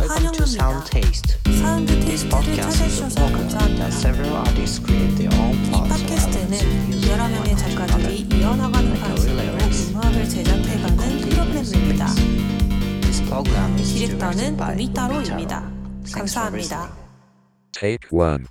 환영합니다. 사운드 테이스트를 찾아주셔서 감사합니다. 이 팟캐스트는 여러 명의 작가들이 이어나가는 방식으로 음악을 제작해가는 프로그램입니다. 디렉터는 우미타로입니다. 감사합니다. Take 1.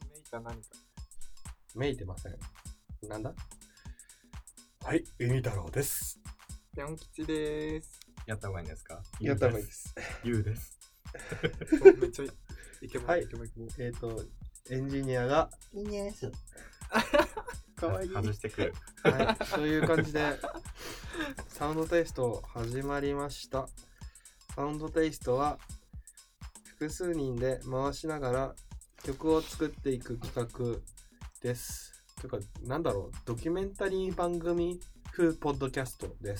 メイてません。なんだ？はい、海太郎です。 ぴょん吉です。 やった方がいいんですか？ やった方がいいです。 ゆうです。 めっちゃイケボ。 はい。エンジニアがいいねす。 かわいい。 外してくる。 はい。という感じでサウンドテイスト始まりました。サウンドテイストは複数人で回しながら曲を作っていく企画です。というか、なんだろう、ドキュメンタリー番組風ポッドキャストです。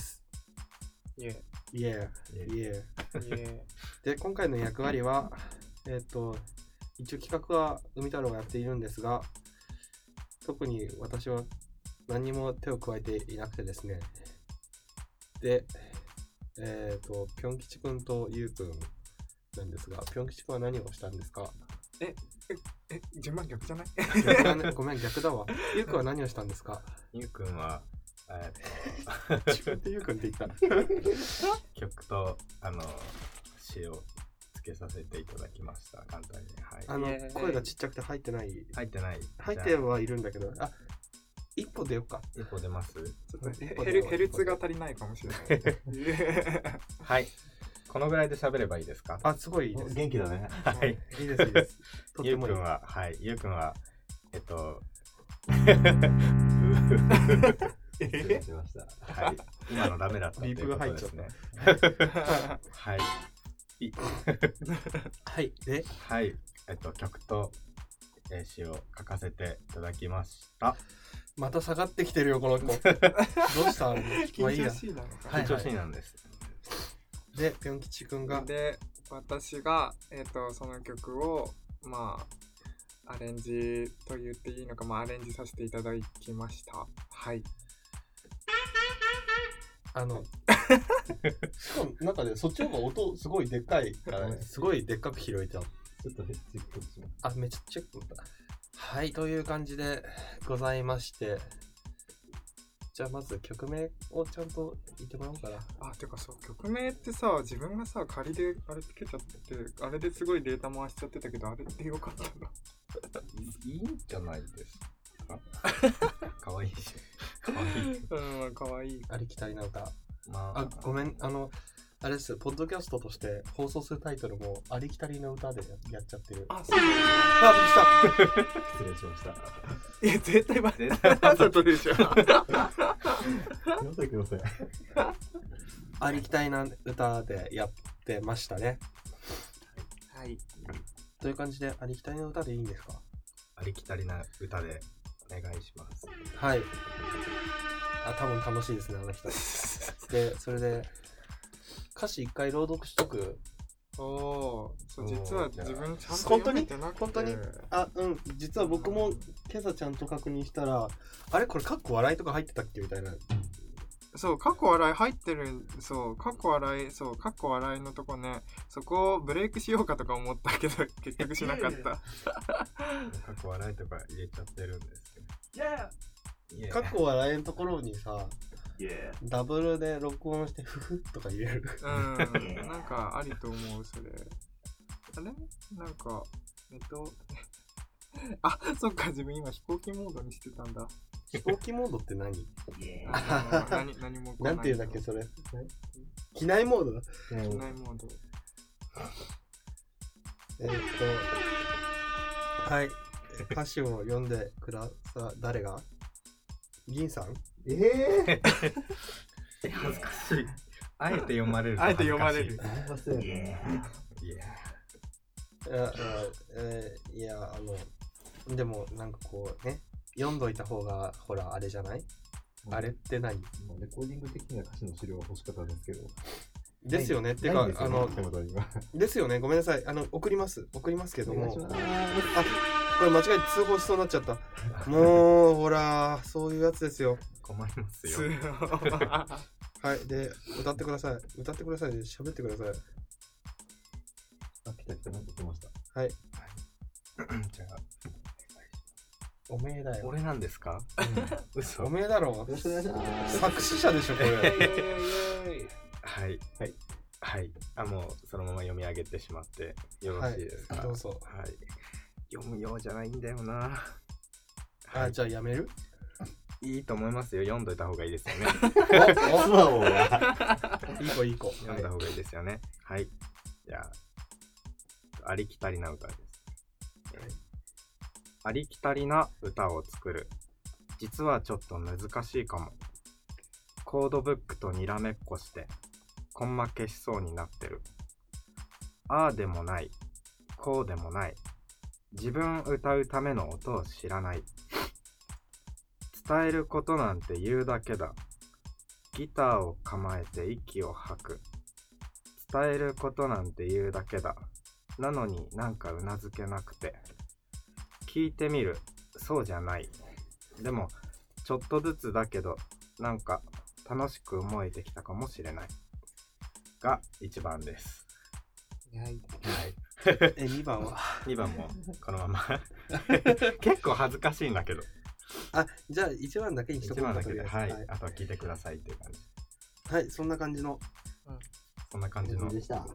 で、今回の役割は、一応企画は海太郎がやっているんですが、特に私は何にも手を加えていなくてですね。で、ぴょん吉くんとゆうくんなんですが、ぴょん吉くんは何をしたんですか？ 順番逆じゃない？ ごめん、逆だわ。ゆうくんは何をしたんですか？ ゆうくんは自分でゆうくんって言った。 曲と詞をつけさせていただきました。簡単に。 はい。声がちっちゃくて入ってない。 入ってない。 入ってはいるんだけど、一歩出ようか。 一歩出ます。 ちょっとヘルツが足りないかもしれない。 はい。このぐらいで喋ればいいですか？ すごいいいです。 元気だね。はい。 いいです、いいです。 ゆうくんは、ゆうくんは、失礼しました。はい。今のダメだったっていうことですね。はい。 はい。で、 はい。曲と詞を書かせていただきました。 また下がってきてるよ、この子。どうしたの？ 緊張しいなのか。 緊張しいなんです。 で、ぴょん吉くんが。 で、私が、その曲を、アレンジと言っていいのか、アレンジさせていただきました。はい。しかもなんかね、そっちの方が音すごいでっかいからね、すごいでっかく拾えちゃう。 ちょっとチェックします。 めっちゃチェックだ。はい、という感じでございまして、じゃあまず曲名をちゃんと言ってもらおうかな。 てかそう、曲名ってさ、自分がさ、仮であれつけちゃって、あれですごいデータ回しちゃってたけど、あれってよかったの？ いいんじゃないですか？かわいいし。かわいい。 かわいい。 ありきたりな歌。ごめん、あれです、ポッドキャストとして放送するタイトルもありきたりの歌でやっちゃってる。 そうだね。 びっくりした。失礼しました。 いや、絶対わざとでしょ。 ください。 ありきたりな歌でやってましたね。 はい。 という感じで、ありきたりな歌でいいんですか？ ありきたりな歌でお願いします。 はい。多分楽しいですね、あの人。で、それで、歌詞一回朗読しとく。 そう、実は自分ちゃんと読めてなくて。 本当に実は僕も今朝ちゃんと確認したら、あれこれカッコ笑いとか入ってたっけみたいな。 そう、カッコ笑い入ってる。そう、カッコ笑いのとこね、そこをブレイクしようかとか思ったけど結局しなかった。 カッコ笑いとか入れちゃってるんですけど。 カッコ笑いのところにさ、ダブルで録音してフフとか言える。 なんかありと思う、それ。あれなんか、そっか、自分今飛行機モードにしてたんだ。 飛行機モードって何？ 何もなんていうんだっけ、それ。機内モードだ。 機内モード。 はい。歌詞を読んでくださ、誰が？銀さん？ 恥ずかしい。あえて読まれる。 あえて読まれる。 いや、でもなんかこうね、読んどいた方がほらあれじゃない？あれって何？ レコーディング的には歌詞の資料が欲しかったんですけど。 ですよね。ってかですよね。ごめんなさい。送りますけども。これ間違えて通報しそうになっちゃった。もうほらそういうやつですよ。 困りますよ。 はい。で歌ってください。で喋ってください。 来たなって言ってました。 はい。 じゃあ、 おめえだよ。 俺なんですか？嘘。 おめえだろ。作詞者でしょこれ。 はい。はい。はい。もうそのまま読み上げてしまってよろしいですか？ はい、どうぞ。 はい。読むようじゃないんだよな。 じゃあやめる？ いいと思いますよ。読んどいた方がいいですよね。 いい子いい子。 読んだ方がいいですよね。はい。じゃあ、ありきたりな歌です。ありきたりな歌を作る。実はちょっと難しいかも。コードブックとにらめっこして、根負けしそうになってる。ああでもない。こうでもない。自分歌うための音を知らない。伝えることなんて言うだけだ。ギターを構えて息を吐く。伝えることなんて言うだけだ。なのになんかうなずけなくて。聞いてみる。そうじゃない。でも、ちょっとずつだけど、なんか楽しく思えてきたかもしれない。が1番です。 はい。2番は ?2 番もこのまま。結構恥ずかしいんだけど。 じゃあ1番だけにしとこうか。 1番だけで、はい。あとは聞いてくださいっていう感じ。 はい、そんな感じの。 そんな感じの。 でした。はい。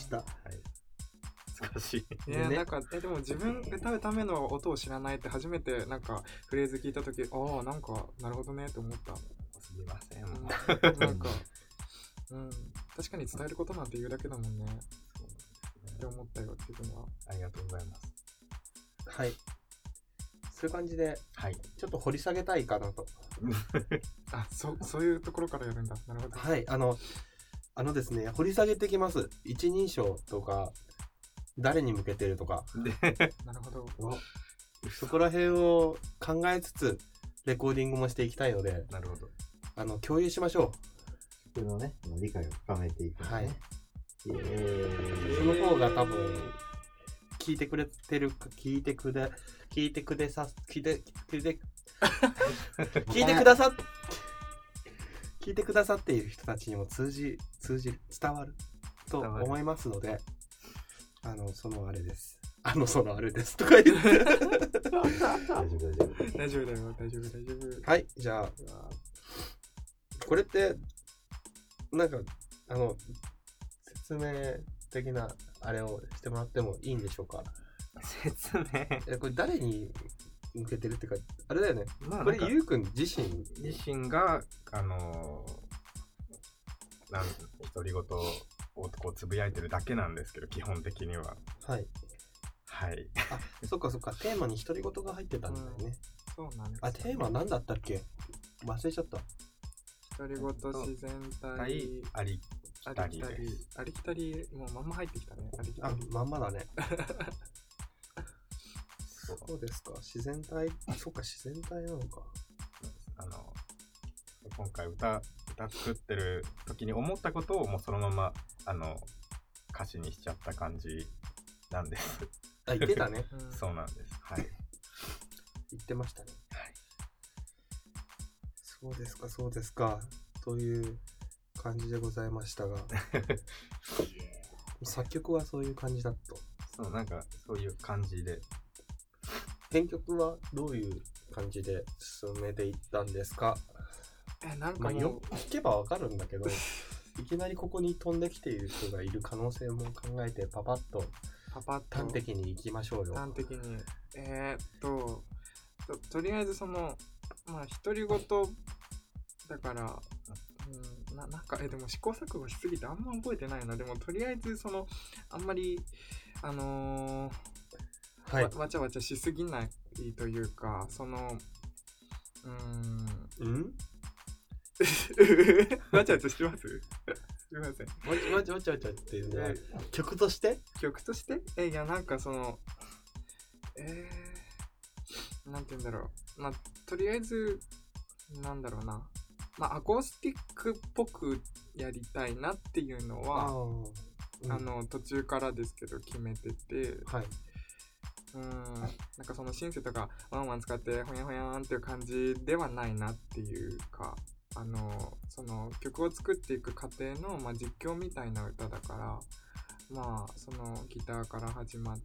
難しい。 なんかでも自分歌うための音を知らないって初めてなんかフレーズ聞いたとき、なんかなるほどねって思った。 すみません。 なんか、確かに伝えることなんて言うだけだもんね。って思ったよ自分は。 ありがとうございます。 はい。そういう感じで、はい、ちょっと掘り下げたいかなと。 そういうところからやるんだ。なるほど。 はい、ですね、掘り下げてきます。一人称とか。誰に向けてるとかなるほど。 そこら辺を考えつつレコーディングもしていきたいので、 なるほど。 共有しましょう。曲のね、理解を深めていく、ね。はい。 その方が多分聞いてくれてるか聞いてくださっている人たちにも通じる伝わると思いますので。そのあれです。そのあれですとか言って。 大丈夫。 はい、じゃあ、これって、なんか、説明的なあれをしてもらってもいいんでしょうか？ 説明？ これ誰に向けてるっていうか、あれだよね。これ、ゆうくん自身が、独り言をこうつぶやいてるだけなんですけど、基本的には。 はい。 はい。 そっか。テーマに独り言が入ってたんだよね。 そうなんです、ね。 テーマ何だったっけ？忘れちゃった。 独り言自然体ありきたりです。 ありきたり、もうまんま入ってきたね。 まんまだね。そうですか。自然体、そっか、自然体なのか。 今回歌作ってる時に思ったことをもうそのまま歌詞にしちゃった感じなんです。 言ってたね。 そうなんです。はい。 言ってましたね。はい。そうですか。という感じでございましたが、作曲はそういう感じだと。 そう、なんかそういう感じで。 編曲はどういう感じで進めていったんですか？ なんかよく聞けばわかるんだけどいきなりここに飛んできている人がいる可能性も考えてパパッと端的に行きましょうよ。 端的にとりあえず独り言だからなんかでも試行錯誤しすぎてあんま覚えてないな。でもとりあえずあんまりわちゃわちゃしすぎないというかわちゃわちゃしてます？すみません。 わちゃわちゃっていうのは曲としていやなんかなんて言うんだろう。とりあえずなんだろうな。アコースティックっぽくやりたいなっていうのは途中からですけど決めてて、 はい。 なんかシンセとかワンワン使ってほやほやーんっていう感じではないなっていうか。曲を作っていく過程の、実況みたいな歌だからまあそのギターから始まって、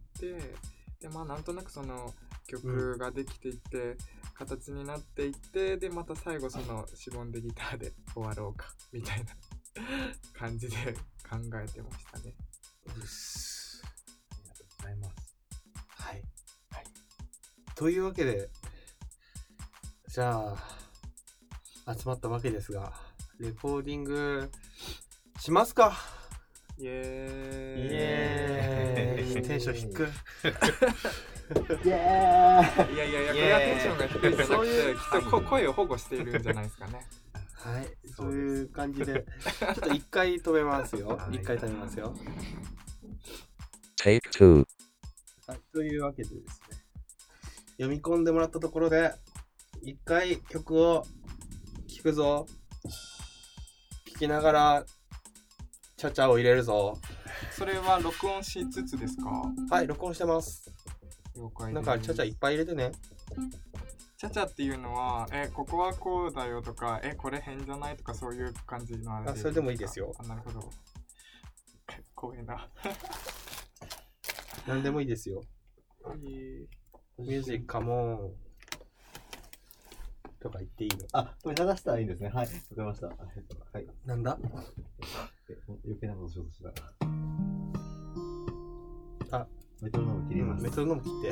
でまあなんとなくその曲ができていって、形になっていって、でまた最後そのしぼんでギターで終わろうかみたいな感じで考えてましたね。 ありがとうございます。 はい。というわけで、じゃあ、集まったわけですが、レコーディングしますか。 イエーイ。 イエーイ。テンション低く。 イエーイ。 いやいやいや、これはテンションが低いんじゃなくて、きっと声を保護しているんじゃないですかね。 はい、そういう感じで、ちょっと一回止めますよ。一回止めますよ。 Take 2。 はい、というわけでですね、読み込んでもらったところで、一回曲を聴くぞ。聴きながら、チャチャを入れるぞ。 それは録音しつつですか？ はい、録音してます。 了解です。 なんかチャチャいっぱい入れてね。 チャチャっていうのは、ここはこうだよとか、これ変じゃないとか、そういう感じのあれですか？ それでもいいですよ。 あ、なるほど。光栄だ。 何でもいいですよ。ミュージックカモンとか言っていいの？ あ、これ流したらいいんですね。はい、わかりました。はい。 なんだ？ 余計なことしようとした。 あ、 メトロノーム切ります。 メトロノーム切って。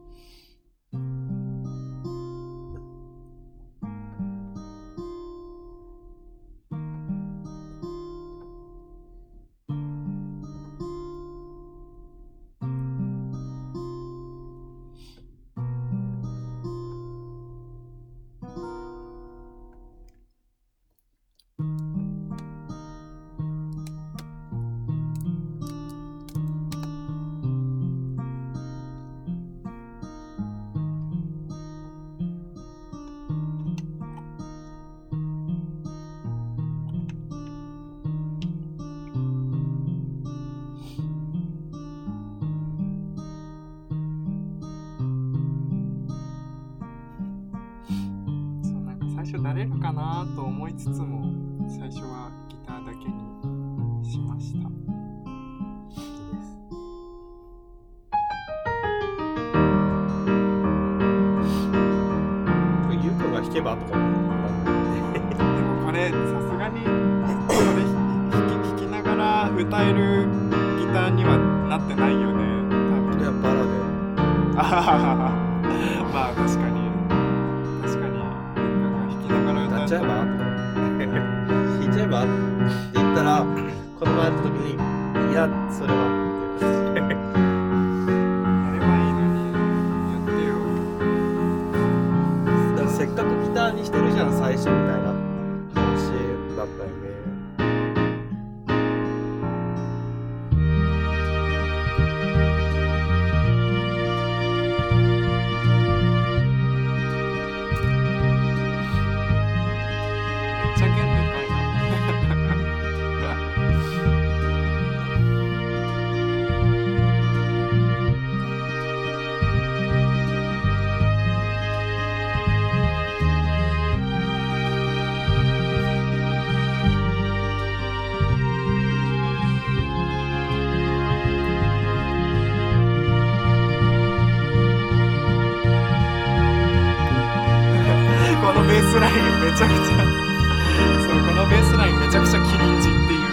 慣れるかなと思いつつも、最初はギターだけにしました。ゆうこが弾けばとか思う。でもこれさすがにこれ弾きながら歌えるギターにはなってないよね。いや、バラで。あははは。まあ確かに。弾いちゃえば弾いちゃえばって言ったら、この前やった時に、いや、それはやればいいのに、やってよ。だからせっかくギターにしてるじゃん、最初みたいな話だったよね。めちゃくちゃそうこのベースラインめちゃくちゃキリンジっていう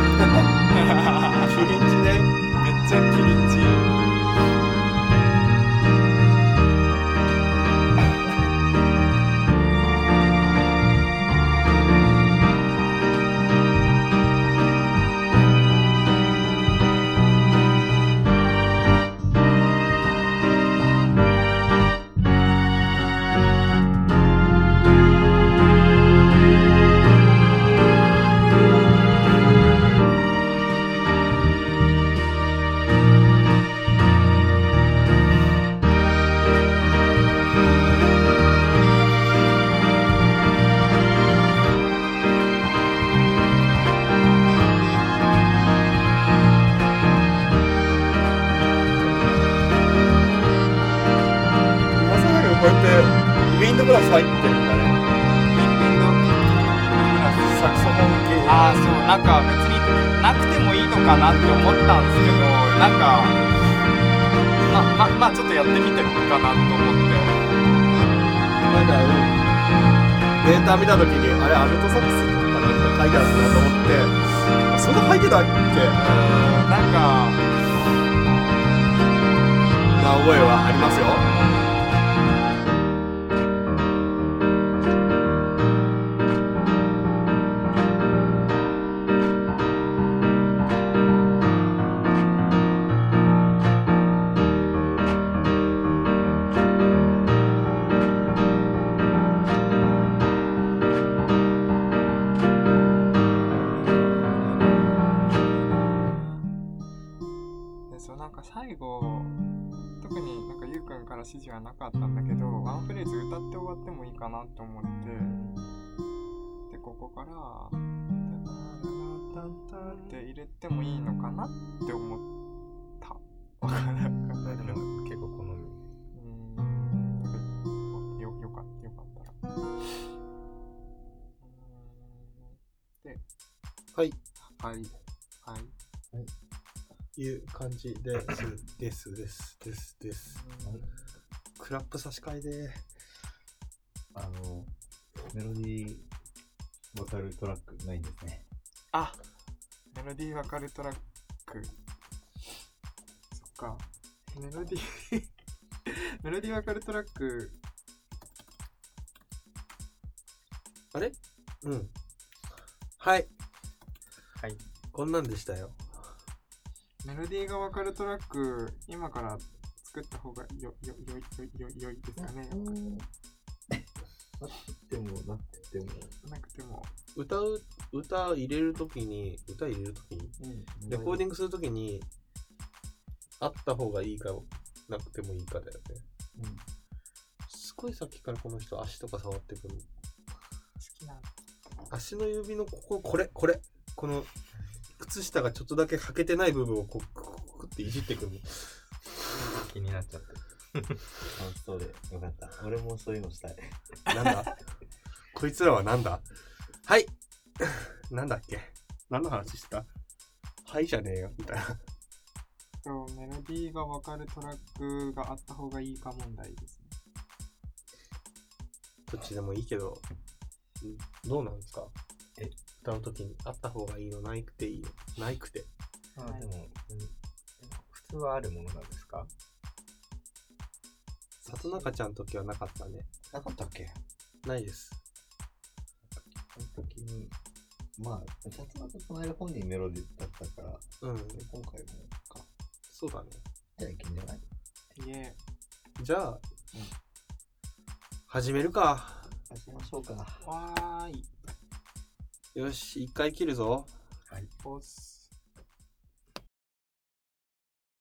キリンジね、めっちゃキリンジ。こうやってウィンドブラス入ってるんだね。ウィンドブラスサクソフォン系。ああ、そう、なんか別になくてもいいのかなって思ったんですけど、なんかまあちょっとやってみてもいいかなと思って。 なんかデータ見た時にあれアルトサックスとかなんか書いてあるなと思って、そんな書いてたっけなんかな覚えはありますよ。 なんか最後特になんかゆうくんから指示はなかったんだけど、ワンフレーズ歌って終わってもいいかなと思って、でここからタタラタタって入れてもいいのかなって思った。わからなかったけど、 結構好み。 よかったら。で、 はいいう感じです。クラップ差し替えでメロディーわかるトラックないんですね。 あ、メロディーわかるトラック。そっか。メロディーわかるトラック。 あれ？うん。はい。 はい。 こんなんでしたよ。 メロディーがわかるトラック、今から作った方が良いですかね。 なくても歌入れるときに、レコーディングするときにあった方がいいかなくてもいいかだよね。すごいさっきからこの人足とか触ってくるの。好きなの。 足の指のこれこの靴下がちょっとだけ履けてない部分をこうクっていじってくるの。 気になっちゃって。楽しそうでよかった。俺もそういうのしたい。 なんだこいつらはなんだ。はいなんだっけ、何の話した。はいじゃねえよみたいな。 そう、メロディーがわかるトラックがあった方がいいか問題ですね。 どっちでもいいけど、どうなんですか。歌うときにあった方がいいの、ないくていいの。ないくて。 でも普通はあるものなんですか。 里中ちゃんの時はなかったね。 なかったっけ。 ないです。 その時に里中この間本人メロディーだったから、今回もか。 そうだね。 じゃあいけんじゃない。 じゃあ、始めるか。 始めましょうか。 わーい。 よし、一回切るぞ。 はい。 おっす。